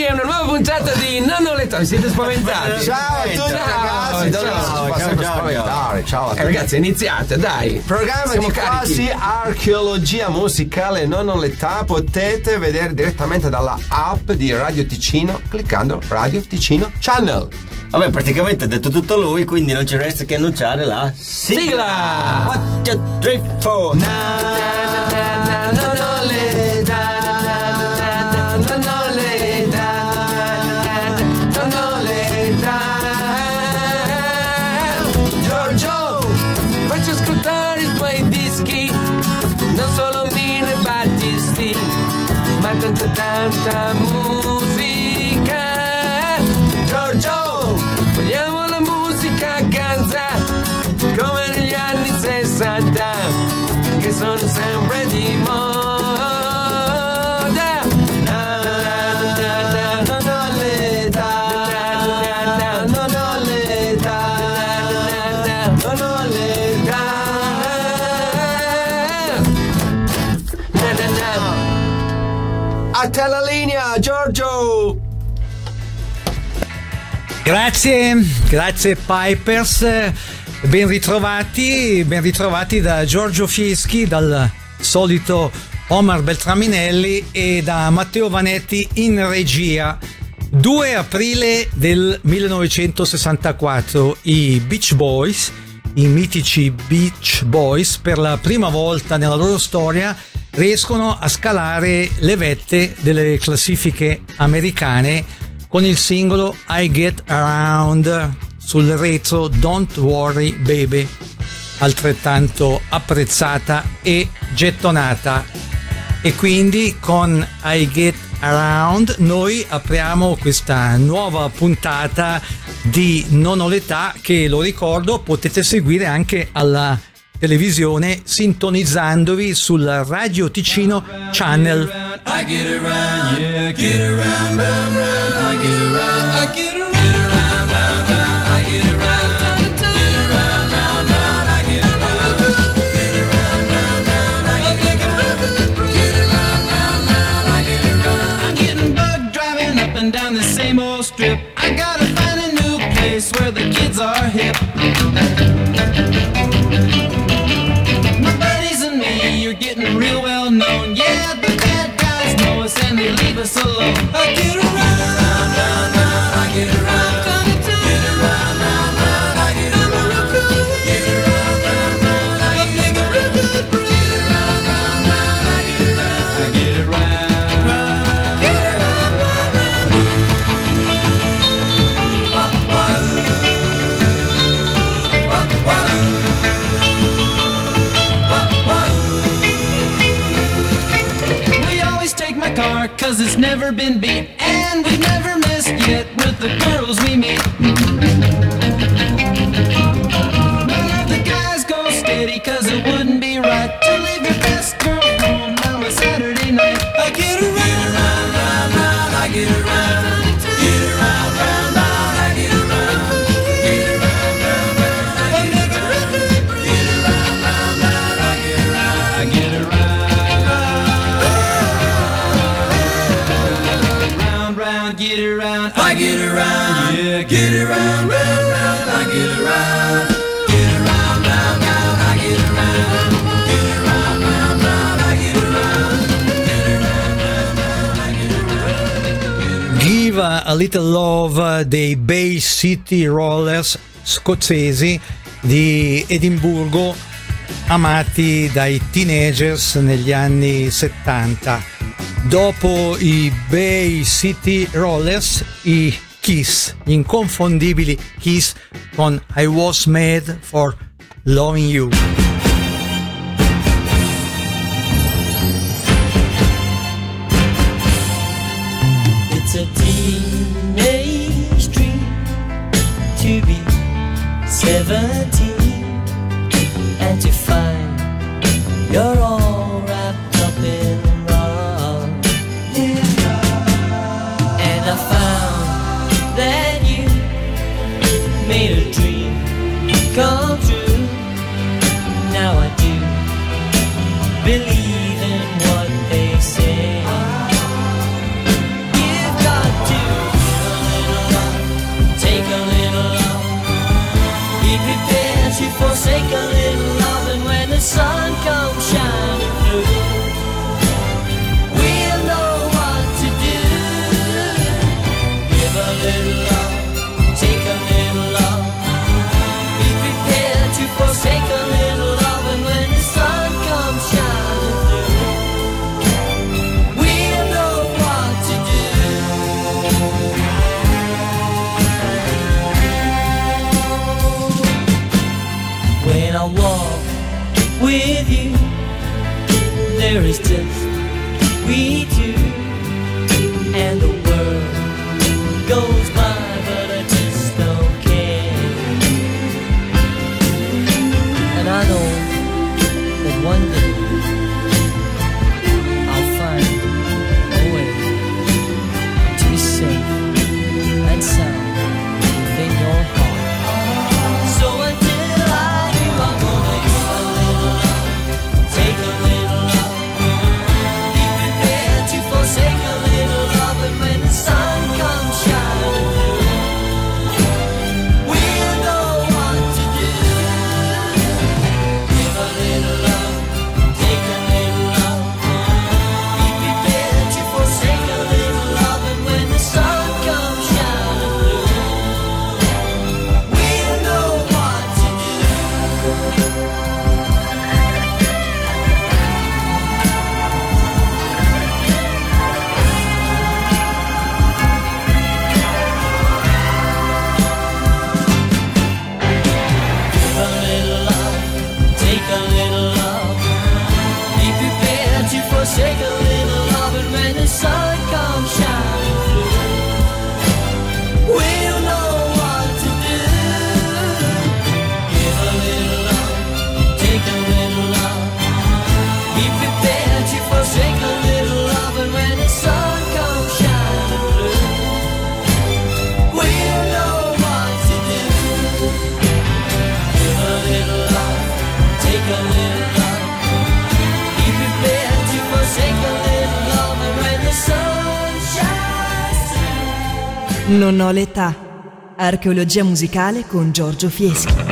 è una nuova puntata di Non ho letto. Siete spaventati? Ciao a tutti ragazzi. Ciao a tutti. Ragazzi, iniziate, dai. Programma Siamo di carichi. quasi archeologia musicale Non ho l'età. Potete vedere direttamente dalla app di Radio Ticino cliccando Radio Ticino Channel. Vabbè, praticamente ha detto tutto lui, quindi non ci resta che annunciare la Sigla! 1, 2, 3, 4. Giorgio, faccio ascoltare i tuoi dischi, non solo Mino e Battisti, ma tanta musica. Giorgio, vogliamo la musica a ganza, come negli anni 60, che sono sempre di moda. Non ho l'età, non ho l'età, non ho l'età. A te la linea, Giorgio. Grazie Pipers, ben ritrovati da Giorgio Fieschi, dal solito Omar Beltraminelli e da Matteo Vanetti in regia. 2 aprile del 1964 i Beach Boys, i mitici Beach Boys, per la prima volta nella loro storia riescono a scalare le vette delle classifiche americane con il singolo I Get Around sul retro Don't Worry Baby, altrettanto apprezzata e gettonata. E quindi con I Get Around noi apriamo questa nuova puntata di Non ho l'età, che, lo ricordo, potete seguire anche alla televisione sintonizzandovi sul Radio Ticino Channel. I get around, yeah, get around, round, round. I get around, I get around, get around, round, round. I get around, get around, round, round. I get around, get around, round, round. I get around, get around, round, round. I get around. I'm getting bugged driving up and down the same old strip. I gotta find a new place where the kids are hip. My buddies and me, you're getting real well known. Yeah, the bad guys know us and they leave us alone. I get around, round, round, round. I get around, get around, round, round. I get around, get around, round, round. I get around, get around, round, round. I get around, I get around, get around, round, round. We always take my car 'cause it's never been beat, and we've never missed yet with the girls we meet. None of the guys go steady 'cause it wouldn't be right to leave your best girl home on a Saturday night. I get around, round, round, round. I get around, get around, round, round. I get around, get around, round, round. I get around, get around, round, round. I get around, I get around. Round, round, get around. I get around, yeah, get around, round, round. I get around, get around, round, round. I get around, get around, round, round. I get around, get around, round, round. I get around. Give a Little Love dei Bay City Rollers scozzesi di Edimburgo, amati dai teenagers negli anni 70. Dopo i Bay City Rollers, i Kiss, gli inconfondibili Kiss con I Was Made for Loving You. It's a teenage dream to be 17 and to find you're all wrapped up in love. And I found that you made a dream come true. Now I do believe in what they say. You've got to walk with you. There is just we two, and the world goes by, but I just don't care. And I know that one day I'll find a way to be safe and sound within your heart. So until I do, I'm gonna give a little love, take a little love, be prepared to forsake a little love, and when the sun comes shining through, we'll know what to do. Give a little love, take a little love, be prepared to forsake a little love, and when the sun comes shining through, we'll know what to do. Give a little love, take a little love, be prepared to forsake a little love, and when the sun comes shining through, we'll know what to do. Give a little love, take a little love, be prepared to forsake a little love, and when the sun comes shining through, we'll know what to do. Give a little love, take a little love, be prepared to forsake a little love, and when the sun shines through. Non ho l'età. Archeologia musicale con Giorgio Fieschi.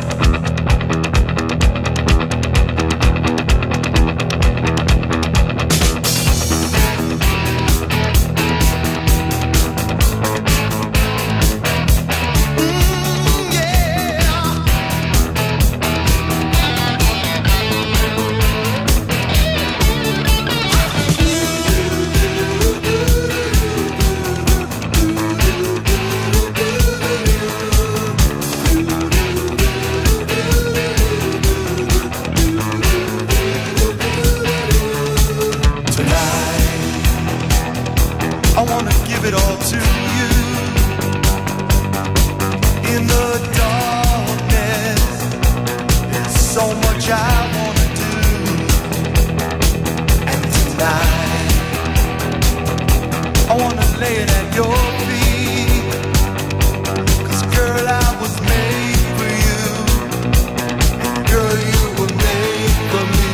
I wanna give it all to you. In the darkness, there's so much I wanna do. And tonight, I wanna lay it at your feet. 'Cause girl, I was made for you. And girl, you were made for me.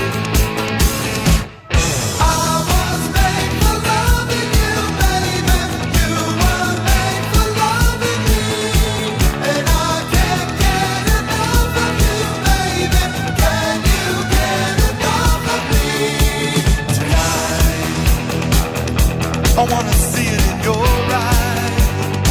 I wanna see it in your eyes.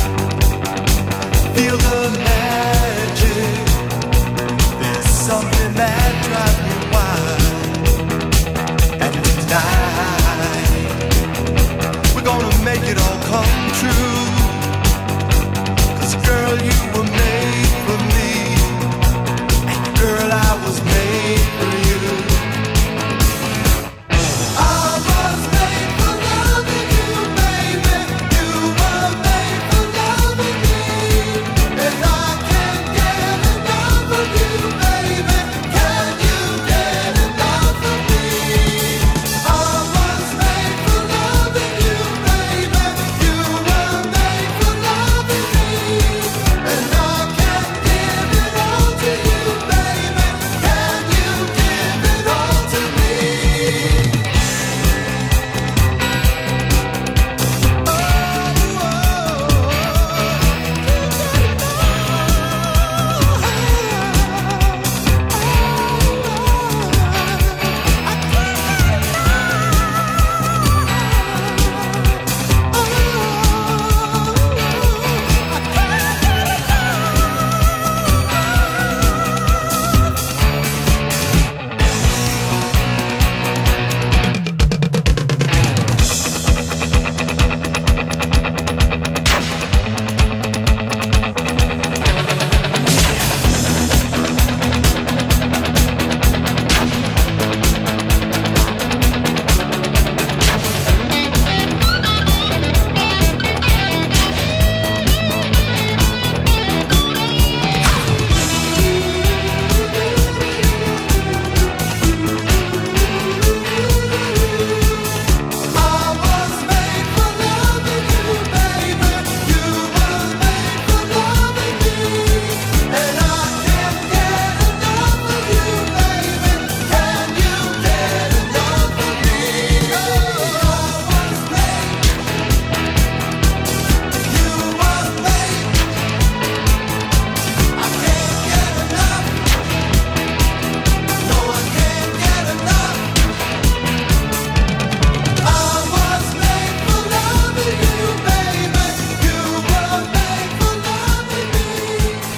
Feel the magic. There's something that drives me wild. And tonight, we're gonna make it all come true. 'Cause girl, you were made for me. And girl, I was made for you.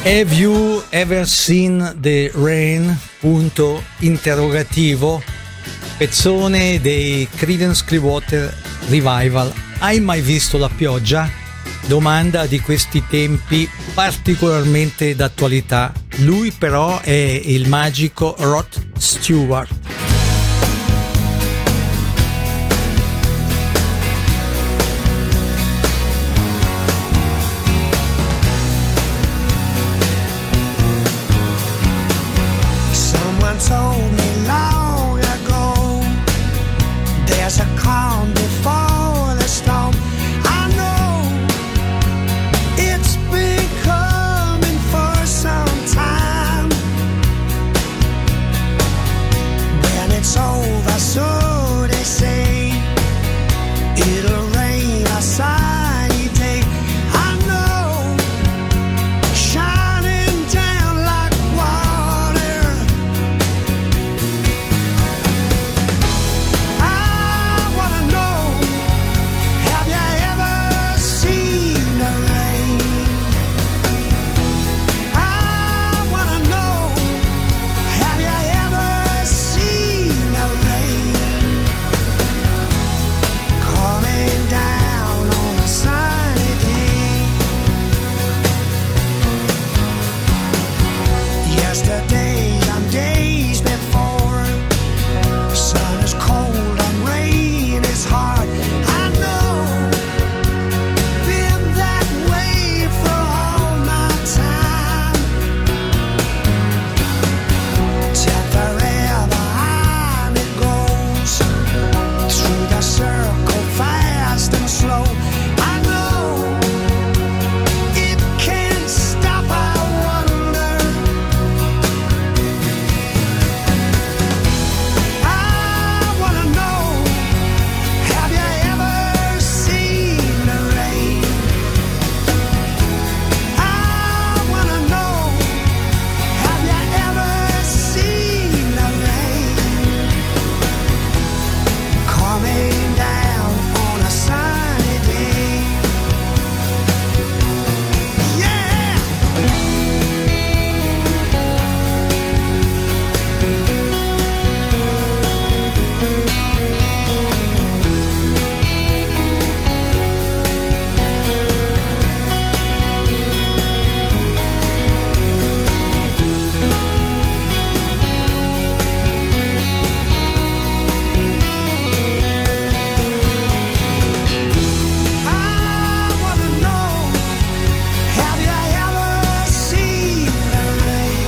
Have you ever seen the rain? Punto interrogativo. Pezzone dei Creedence Clearwater Revival. Hai mai visto la pioggia? Domanda di questi tempi particolarmente d'attualità. Lui però è il magico Rod Stewart. Someone told me long ago there's a calm before the storm. I know it's been coming for some time. When it's over, so they say, it'll rain a sunny day. I know, shining down like water. I wanna know, have you ever seen the rain? I wanna know, have you ever seen the rain? Coming down on a sunny day. Yesterday and days before, sun is cold and rain is hard. I know, been that way for all my time. Forever on it goes, through the circle fast and slow. I know, it can't stop, I wonder. I wanna know, have you ever seen the rain? I wanna know, have you ever seen the rain? Coming down on a sunny day. Yeah! I wanna know, have you ever seen the rain?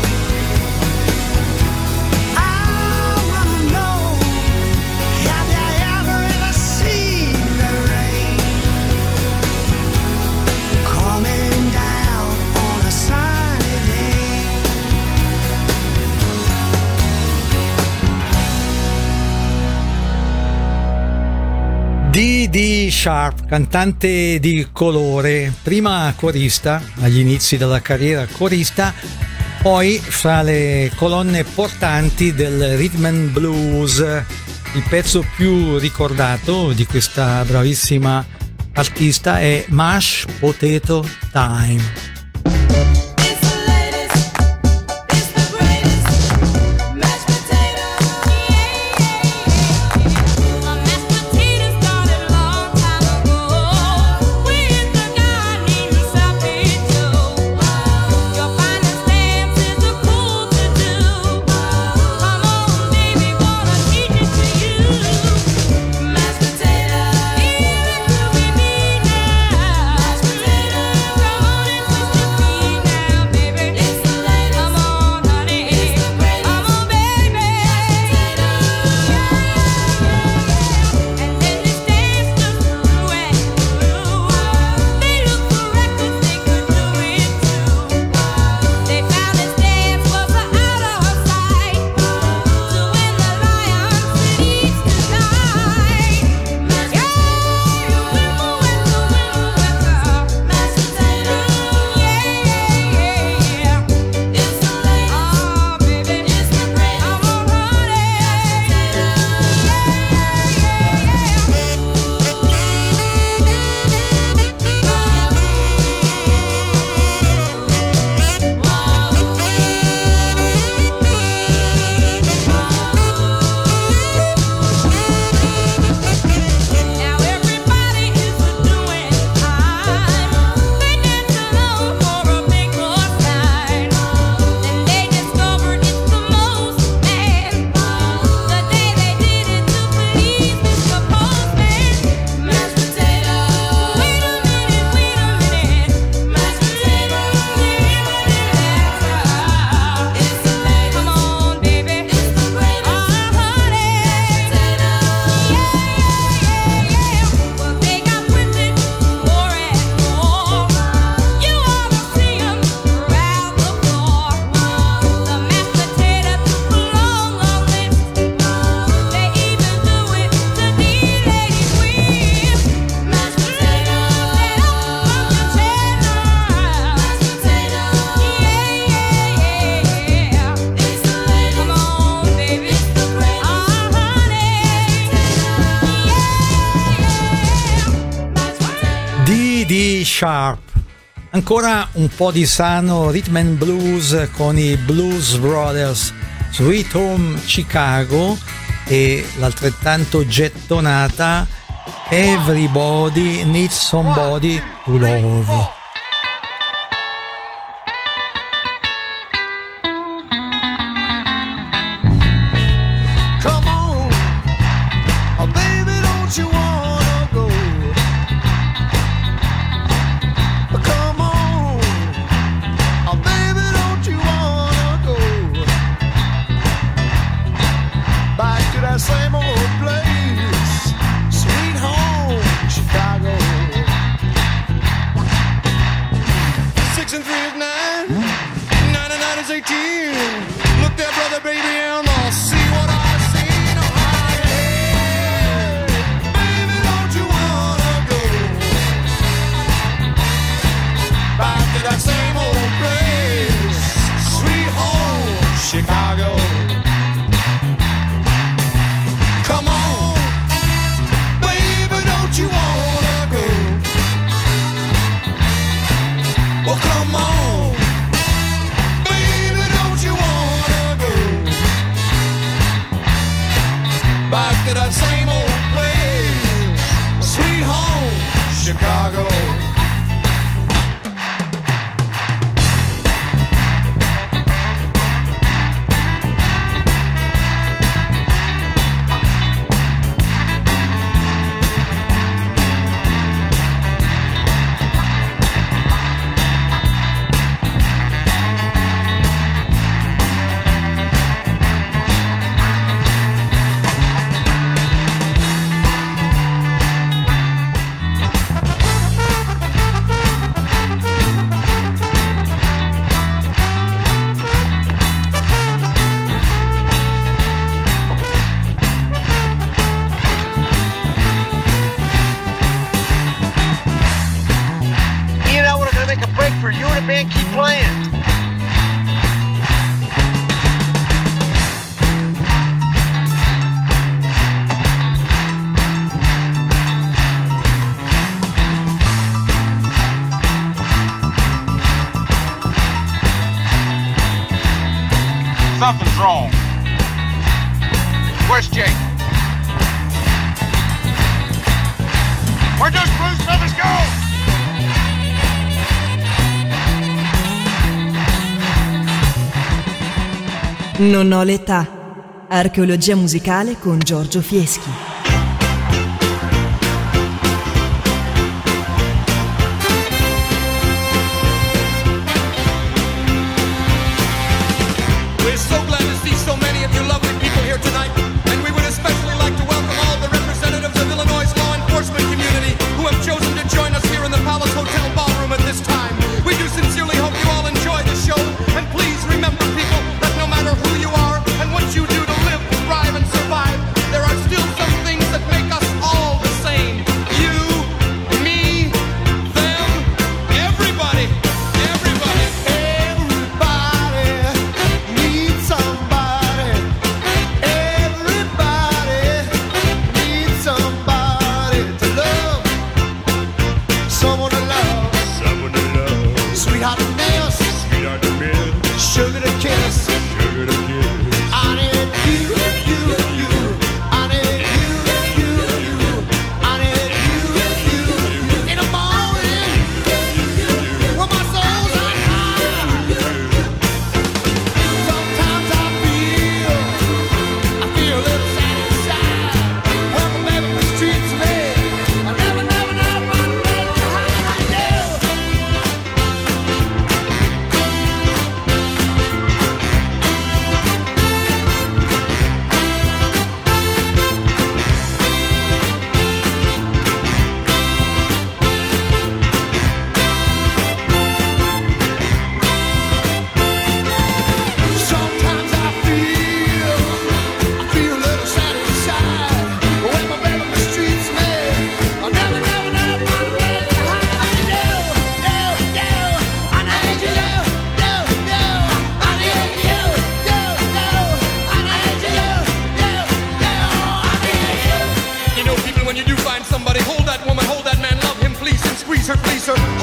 I wanna know, have you ever seen the rain? Coming down on a sunny day. Dee Sharp, cantante di colore, prima corista, agli inizi della carriera corista, poi fra le colonne portanti del rhythm and blues. Il pezzo più ricordato di questa bravissima artista è Mashed Potato Time. It's the latest, it's the greatest, mashed potato. My mashed potato started a long time ago. We hit the guy named Sloppy Joe. Your finest dance is so cool to do. Come on, baby, wanna teach it to you. Mashed potato, give it to me now. Mashed potato, rolling Sharp. Ancora un po' di sano rhythm and blues con i Blues Brothers, Sweet Home Chicago, e l'altrettanto gettonata Everybody Needs Somebody to Love. Come on, oh baby, don't you wanna go? Come on, oh baby, don't you wanna go back to that same old place, sweet home Chicago. 6 and 3 is 9, 9 and 9 is 18. Look there, brother, baby, and I'll see what I see. Baby, don't you wanna go back to that same old place, sweet home Chicago? Come on, baby, don't you wanna go? Well, come on, baby, don't you wanna go back to that same old place, sweet home Chicago? Ian, I wanted to make a break for you and the band keep playing. Something's wrong. Where's Jake? Where does Blues Brothers go? Non ho l'età. Archeologia musicale con Giorgio Fieschi. We're so glad to see so many of you lovely people here tonight, and we would especially like to welcome all the representatives of Illinois' law enforcement community who have chosen to join us here in the Palace Hotel ballroom at this time. We do sincerely hope you all enjoy the show, and please remember, people, that no matter who you are and what you do to live, thrive, and survive, there are still some things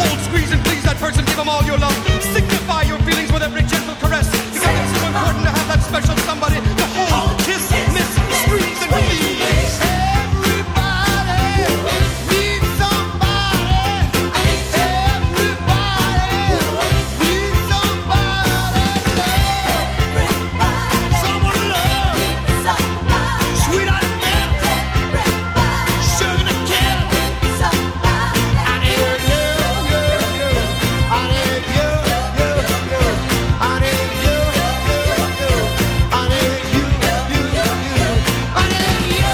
Hold, squeeze, and please that person, give them all your love. Signify your feelings with every gentle caress. Because it's so important to have that special somebody to hold, kiss, miss, squeeze, and release. Everybody needs somebody. Everybody needs somebody. Someone to love. Sweetheart and milk. Sugar to kill. I need you, you, you. I need you, you, you. I need you, you, you. I need you, you, you. I need you,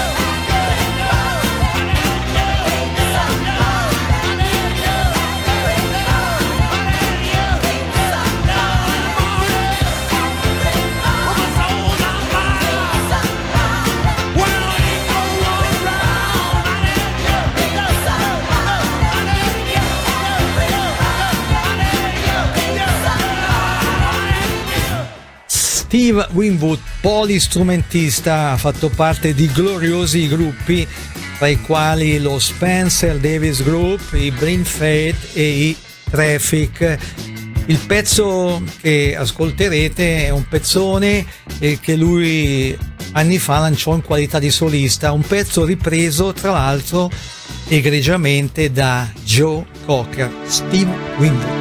Steve Winwood, polistrumentista, ha fatto parte di gloriosi gruppi, tra i quali lo Spencer Davis Group, i Blind Faith e i Traffic. Il pezzo che ascolterete è un pezzone che lui anni fa lanciò in qualità di solista, un pezzo ripreso tra l'altro egregiamente da Joe Cocker, Steve Winwood.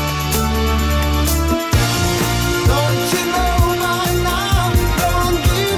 Don't you know by now? Don't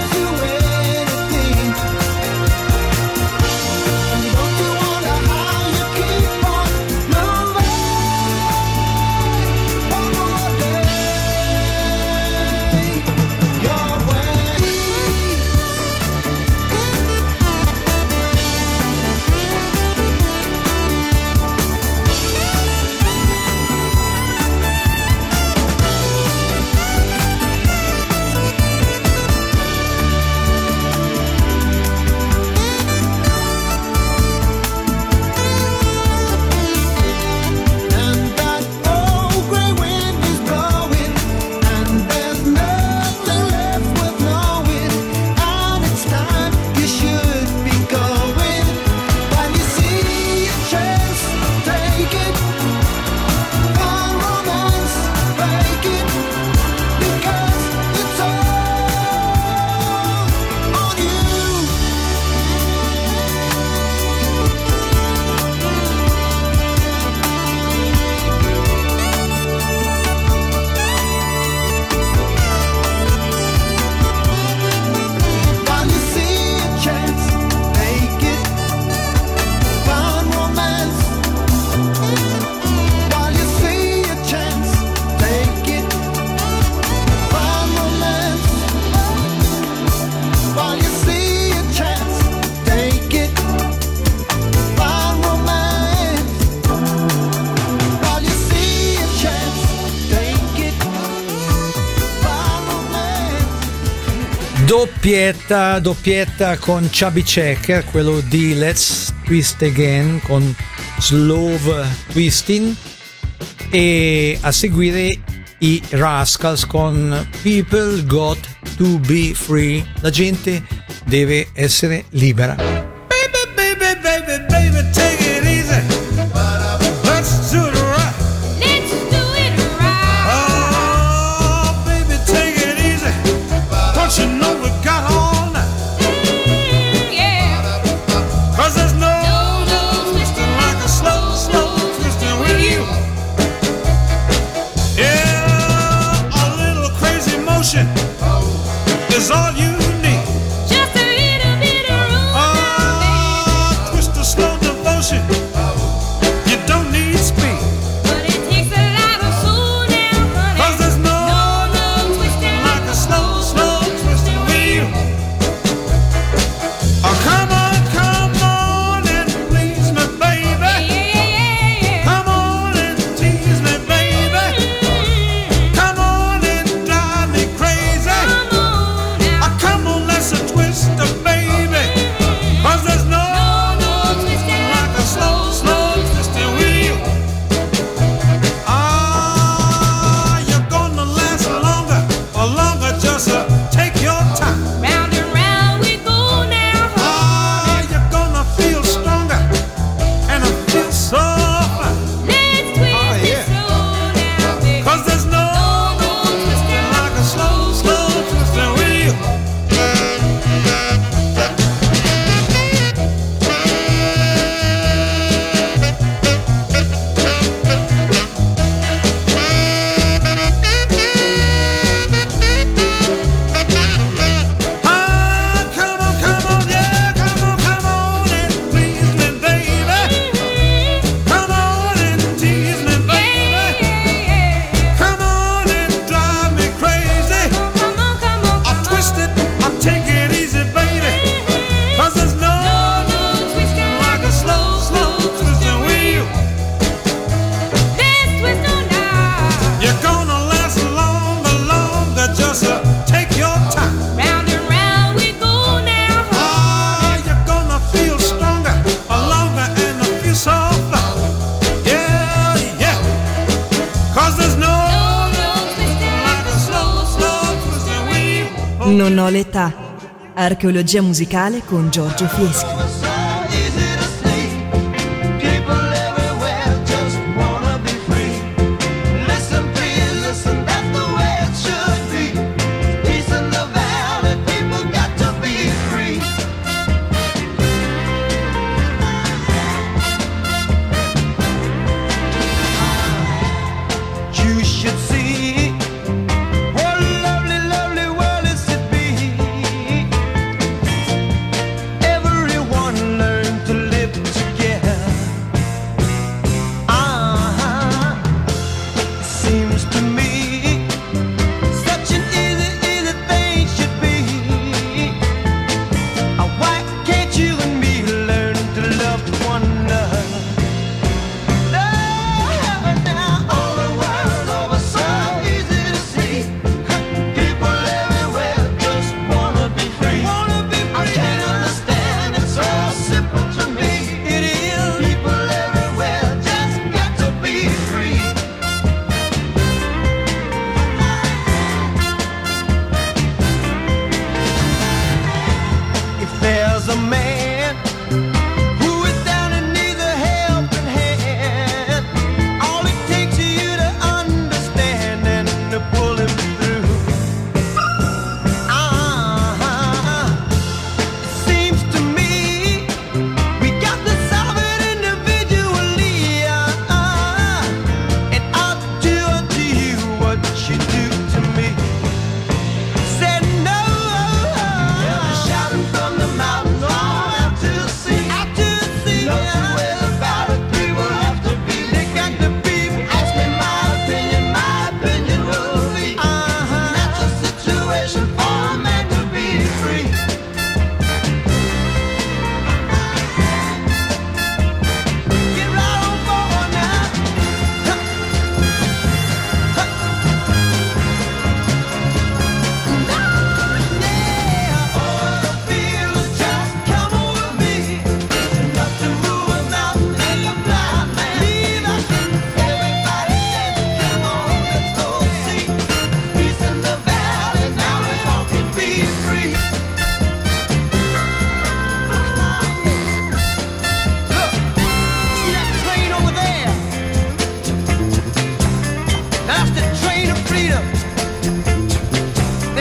Doppietta con Chubby Checker, quello di Let's Twist Again con Slow Twisting, e a seguire i Rascals con People Got to Be Free. La gente deve essere libera. Baby, take it easy. Let's do it right. Oh, baby, take it easy. Don't you know we got all night? 'Cause there's no twisting like a slow twisting with you. Yeah, a little crazy motion is all you need. Just a little bit of room. Twist a slow devotion. You don't need speed. But it takes a lot of soul now, honey. 'Cause there's no twisting like a slow twisting with you. Oh, come on and please me, baby. Come on and tease me, baby. Come on and drive me crazy. Come on, let's twist the baby. 'Cause there's no like a slow twisting with you. You're gonna last longer, just take your time. Round and round we go now. You're gonna feel stronger and feel so fine. Let's twist it slow now, baby. 'Cause there's no like a slow twisting with you. Come on, yeah, come on and please me, baby. Come on and tease me, baby. Come on and drive me crazy. I twist it, I take it easy, baby. 'Cause there's no like a slow twisting with you. Let's twist on now. You're gonna last longer, just take your time. Round and round we go now. You're gonna feel stronger, longer, and feel so fine. Yeah. 'Cause there's no like a slow twisting with you. Non ho l'età. Archeologia musicale con Giorgio Fieschi. You should see what a lovely, lovely world is to be. Everyone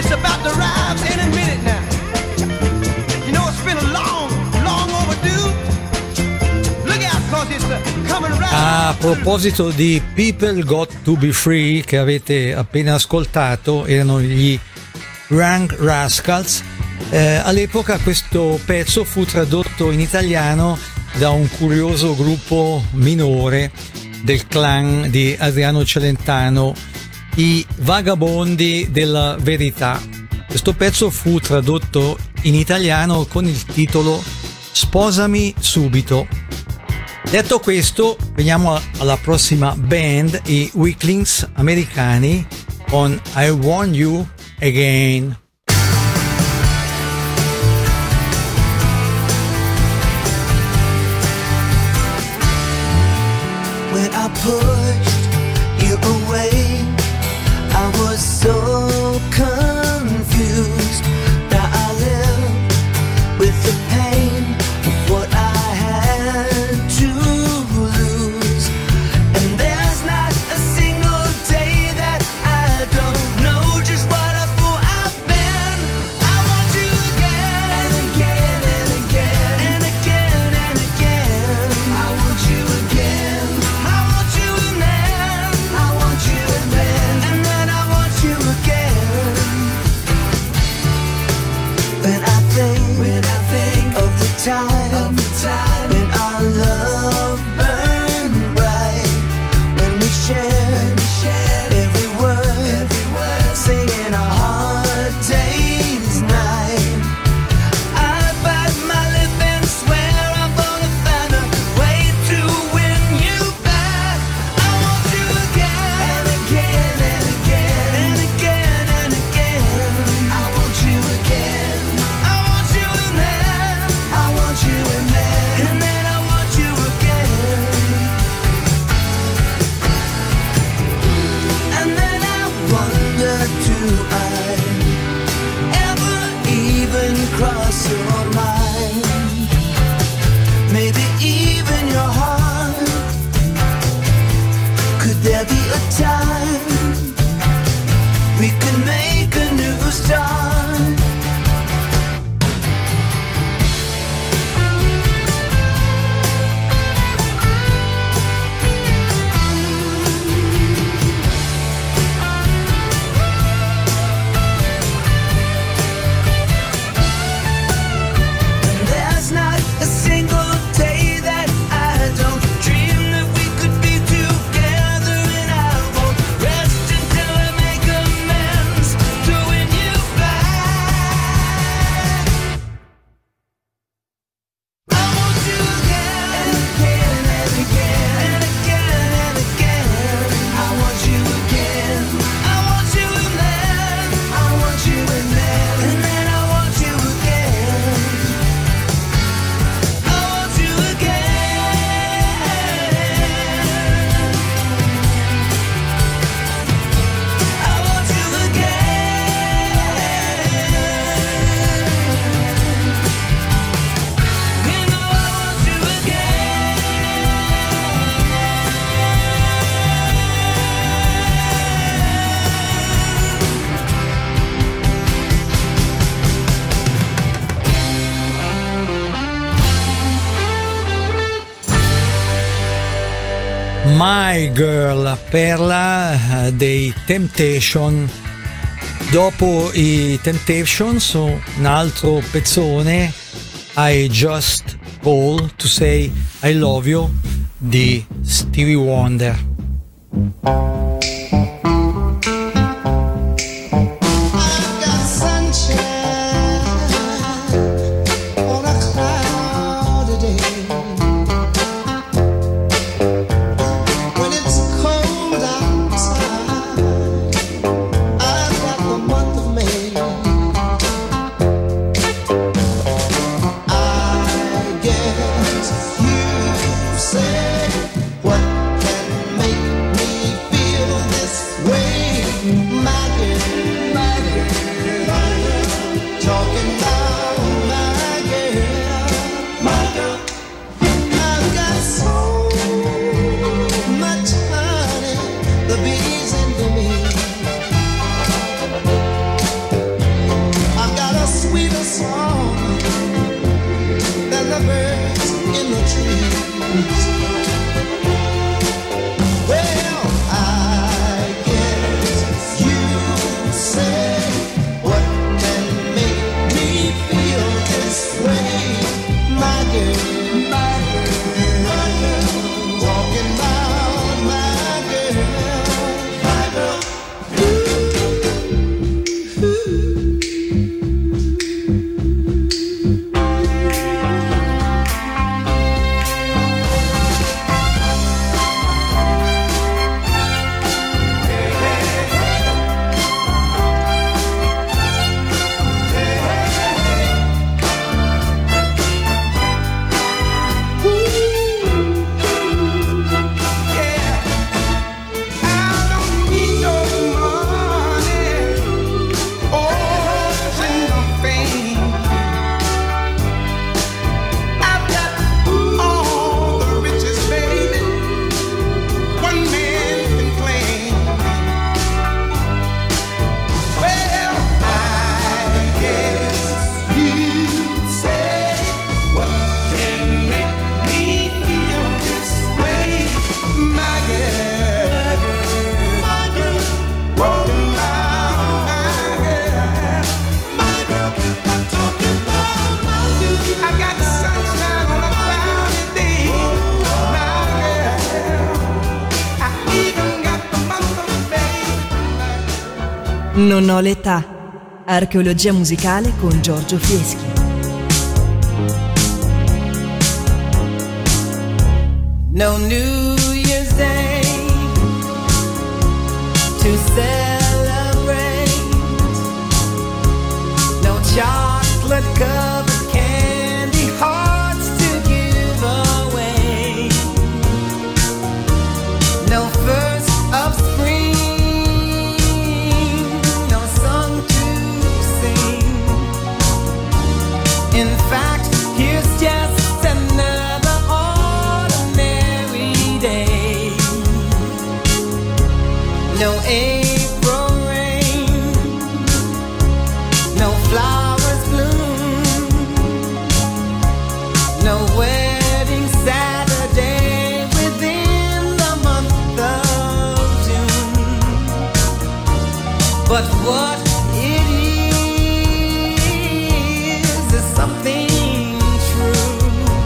It's about to rise any minute now. You know, it's been a long overdue. Look out, cause it's coming right. A proposito di People Got to Be Free, che avete appena ascoltato, erano gli Rank Rascals. All'epoca questo pezzo fu tradotto in italiano da un curioso gruppo minore del clan di Adriano Celentano, i Vagabondi della Verità. Questo pezzo fu tradotto in italiano con il titolo Sposami subito. Detto questo, veniamo alla prossima band, i Weaklings americani, con I Want You Again. When I pushed you away, I was so confused. Now I live with the pain of what I had to lose. And there's not a single day that I don't know just what a fool I've been. I want you again and again and again and again and again. I want you again. I want you and then I want you and then I want you again. When I think of the time when our love burned bright, when we shared every word, singing our hard day's night, I bite my lip and swear I'm gonna find a way to win you back. I want you again and again and again and again and again. I want you again. I want you and then I want you and then I want you again. And then I wonder, do I ever even cross your mind? Maybe even your heart. Could there be a time we could make a new start? There's not a single day that I don't dream that we could be together, and I won't rest until I make amends to win you back. I want you again and again and again and again and again. I want you again. I want you and then I want you and then I want you again. I want you again. I want you again. You know I want you My Girl, perla dei Temptation. Dopo i Temptations un altro pezzone, I Just Call to Say I Love You di Stevie Wonder. got sunshine on a cloudy day. When it's cold outside, I've got the month of May. I guess you say what can make me feel Well, I guess you say what can make me feel this way, my girl, my girl, my girl, talking about my girl, my girl. Non ho l'età. Archeologia musicale con Giorgio Fieschi. No New Year's Day to celebrate. No chocolate covered candy hearts to give away. No first of spring. No song to sing. In fact, here's just another ordinary day. No April rain, no flowers bloom, no wedding Saturday within the month of June. But what it is something true,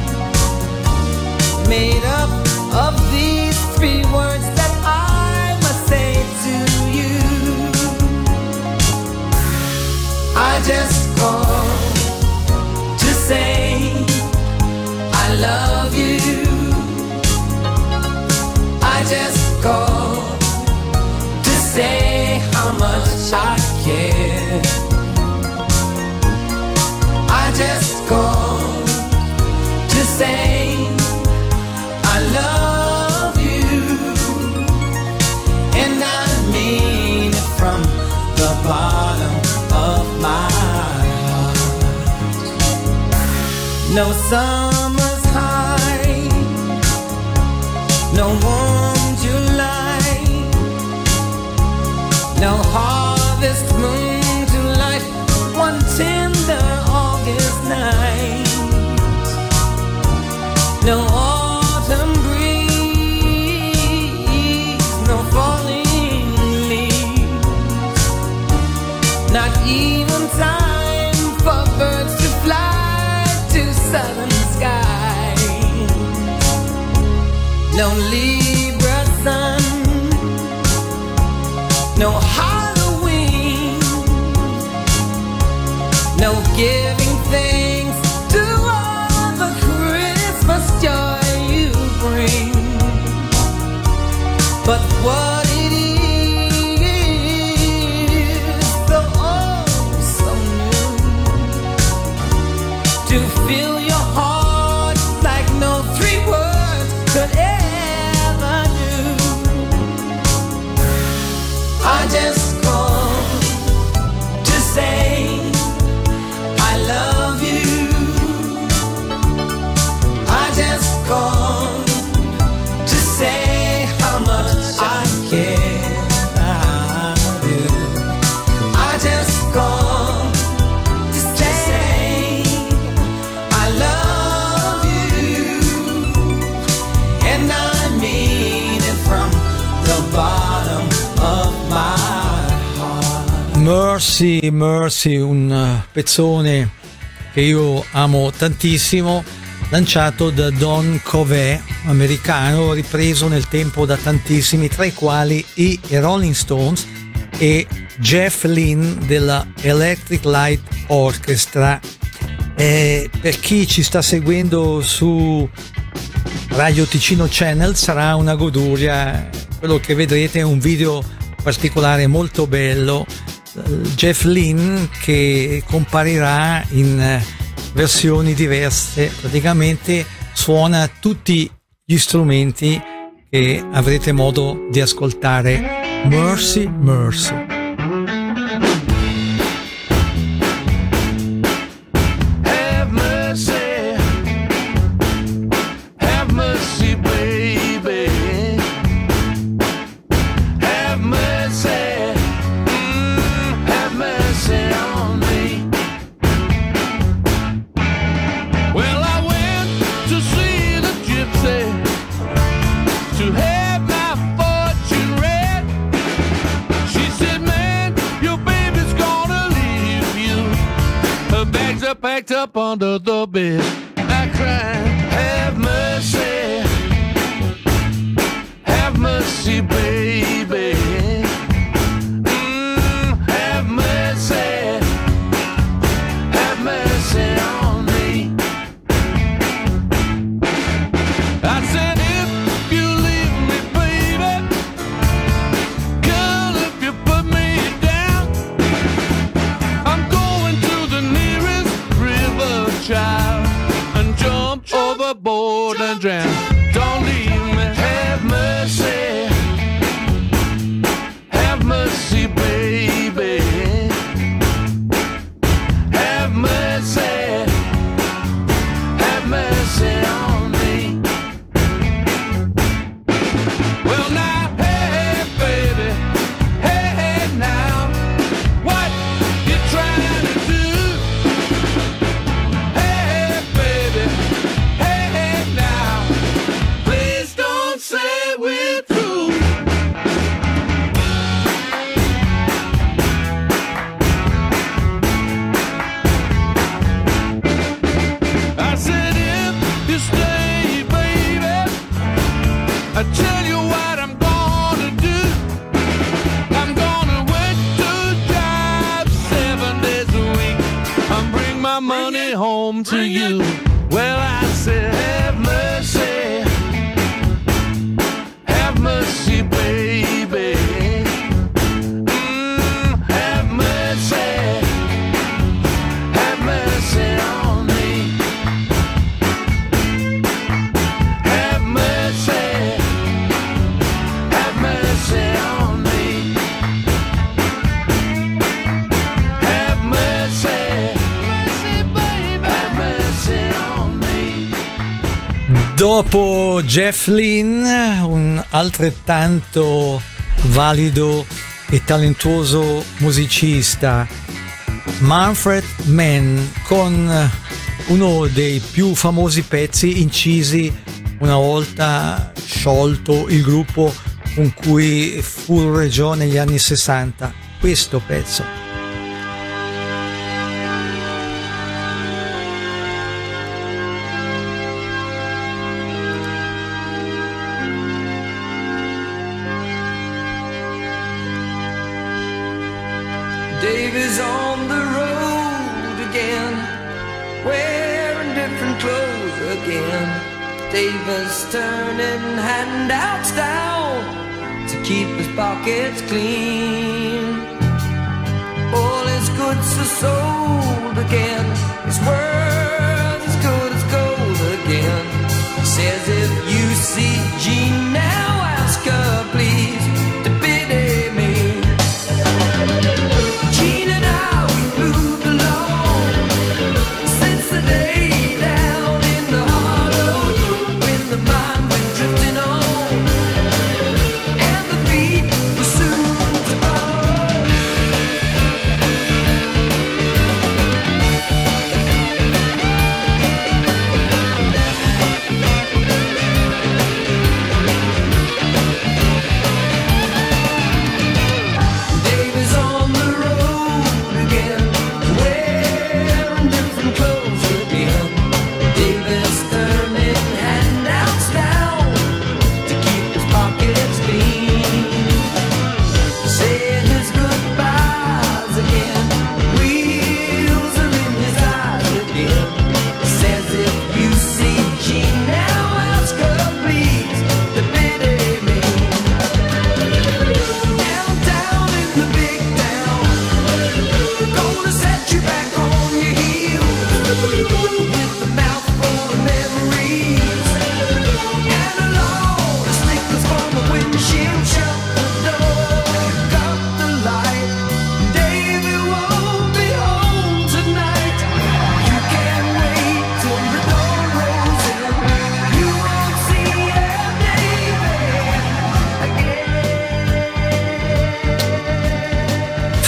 made up of these three words that I must say to you. I just called to say I love you. I just called to say how much I care. I just called to say I love you, and I mean it from the bottom of my heart. No summer's high, no warm July, no harvest moon to light one tender August night. No autumn breeze, no falling leaves, not even time for birds to fly to southern skies. No Libra sun, no Halloween, no giving thanks to all the Christmas joy you bring. But what it is, so oh so new, to fill your heart like no three words could ever do. I just Mercy, Mercy, un pezzone che io amo tantissimo, lanciato da Don Covey, americano, ripreso nel tempo da tantissimi, tra i quali i Rolling Stones e Jeff Lynne della Electric Light Orchestra. Per chi ci sta seguendo su Radio Ticino Channel sarà una goduria, quello che vedrete è un video particolare molto bello. Jeff Lynne che comparirà in versioni diverse, praticamente suona tutti gli strumenti che avrete modo di ascoltare. Mercy, Mercy. Have mercy, have mercy, baby. Have mercy, have mercy on me. Well, I went to see the gypsy to have my fortune read. She said, man, your baby's gonna leave you. Her bags are packed up under the bed. I cried, have mercy, have mercy, baby. Have mercy, have mercy on me. I said, if you leave me, baby, girl, if you put me down, I'm going to the nearest river, child, and jump overboard and drown. Don't leave me. Have mercy, have mercy, baby. Have mercy, have mercy on me. Well, now, hey, baby, hey, now, what you trying to do? Hey, baby, hey, now, please don't say we're through. I said, if you stay, baby, I tell you what I'm gonna do. I'm gonna work 2 jobs 7 days a week and bring my money home to you. Well, I said, have mercy, have mercy, baby. Have mercy, have mercy on me. Have mercy, have mercy on me. Have mercy, mercy, baby. Have mercy on me. Dopo Jeff Lynne, un altrettanto valido e talentuoso musicista, Manfred Mann, con uno dei più famosi pezzi incisi una volta sciolto il gruppo con cui furreggiò negli anni 60. Questo pezzo. Dave is on the road again, wearing different clothes again. Dave is turning handouts down to keep his pockets clean. All his goods are sold again, his world's as good as gold again. Says if you see Jean now, ask her please to pity me. Jean and I, we moved along since the day down in the hollow when the mind went drifting on and the beat was soon to follow.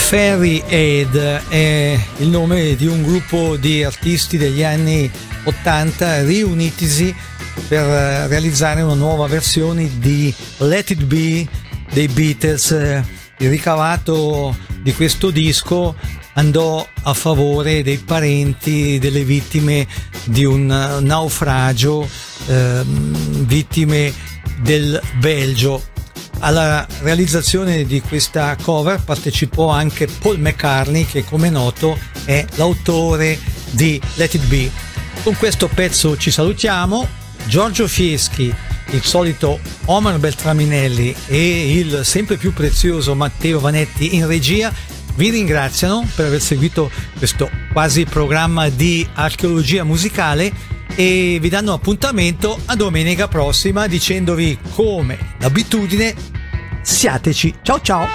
Ferry Head è il nome di un gruppo di artisti degli anni 80 riunitisi per realizzare una nuova versione di Let It Be dei Beatles. Il ricavato di questo disco andò a favore dei parenti delle vittime di un naufragio, vittime del Belgio. Alla realizzazione di questa cover partecipò anche Paul McCartney, che come noto è l'autore di Let It Be. Con questo pezzo ci salutiamo. Giorgio Fieschi, il solito Omar Beltraminelli e il sempre più prezioso Matteo Vanetti in regia vi ringraziano per aver seguito questo quasi programma di archeologia musicale e vi danno appuntamento a domenica prossima dicendovi, come d'abitudine, siateci. Ciao ciao.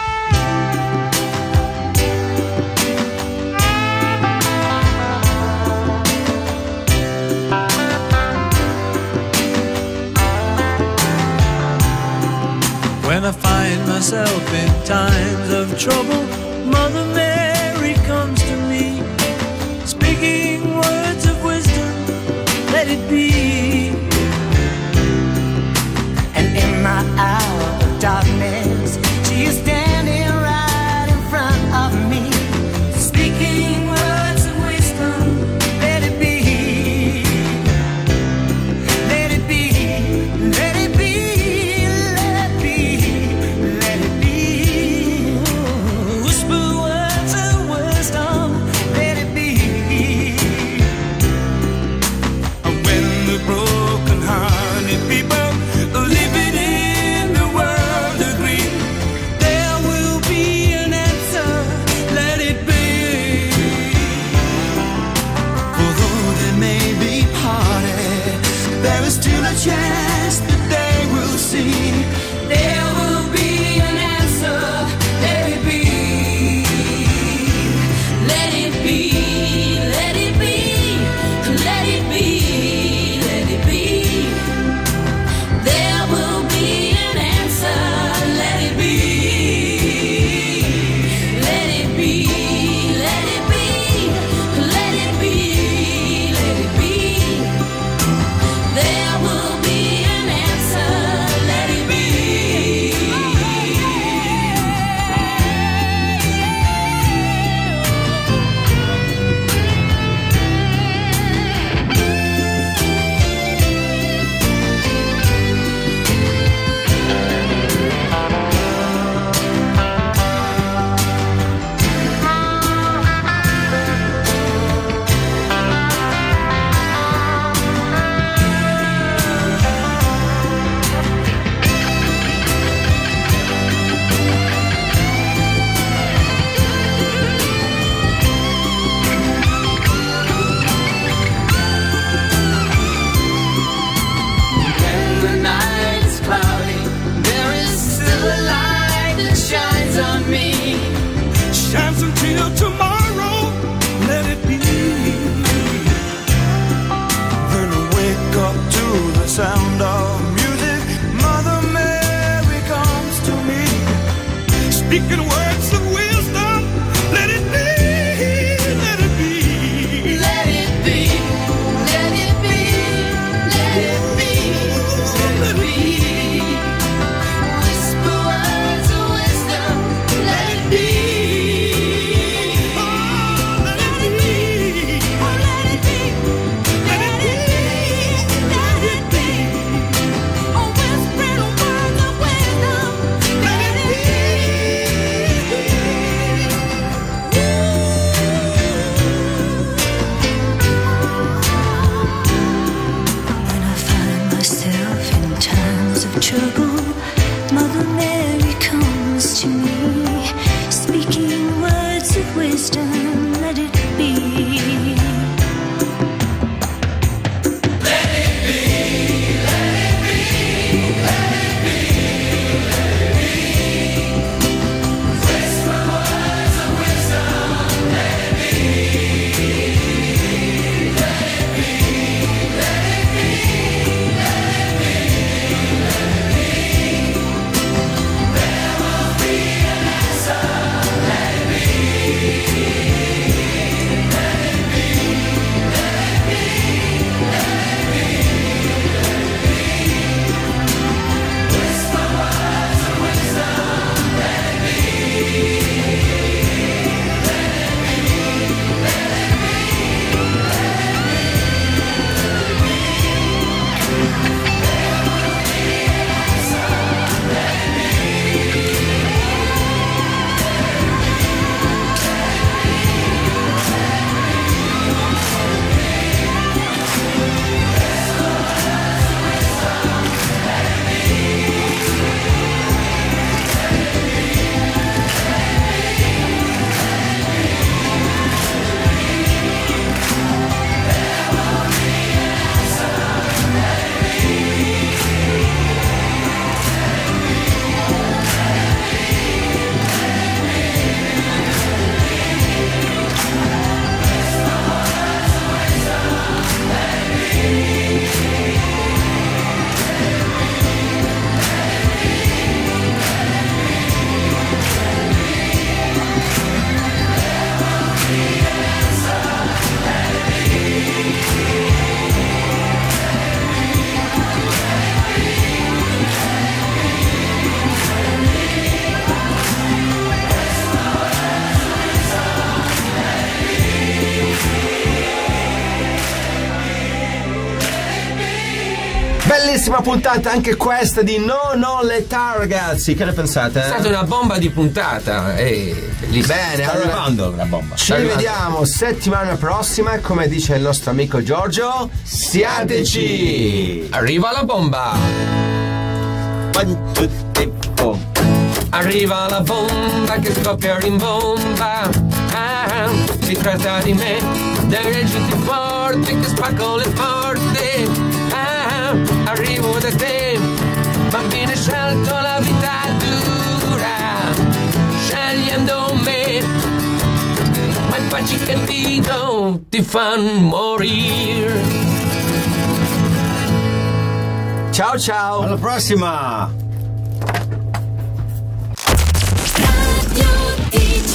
When I find myself in times of trouble, Mother Mary comes to me, speaking words of wisdom, let it be. And in my hour of darkness, she is standing right in front of me, speaking words of wisdom, let it be. Let it be, let it be, let it be, let it be. Whisper words of wisdom, let it be. When the broken-hearted people living in the world agree, There will be an answer, let it be. although they may be parted, there is still a chance that they will see. There will be an answer, let it be. Let it be, let it be, let it be, let it be. There will be an answer, let it be. Let it be, let it be, let it be, let it be. There will be an answer, let it be. When the night is cloudy, there is still a light that shines on me. Shines until tomorrow, let it be. Then wake up to the sound of music. Mother Mary comes to me, speaking words of wisdom. Let it be, let it be. Let it be, let it be, let it be, let it be. Whisper words of wisdom, let it be. Let it be, Let it be, let it be, let it be. Bellissima puntata anche questa di Non l'età, ragazzi. Che ne pensate? È stata una bomba di puntata. Bellissima. Bene, Sta allora arrivando la bomba. ci vediamo settimana prossima. Come dice il nostro amico Giorgio, siateci. Arriva la bomba. 1, 2, 3, 4. Arriva la bomba che scoppia rimbomba. Si tratta di me, del GT forte che spacco le porte. Arrivo da te, bambino, scelto la vita dura, scegliendo me, ma il pacicchettino ti fanno morire. Ciao ciao. Alla prossima.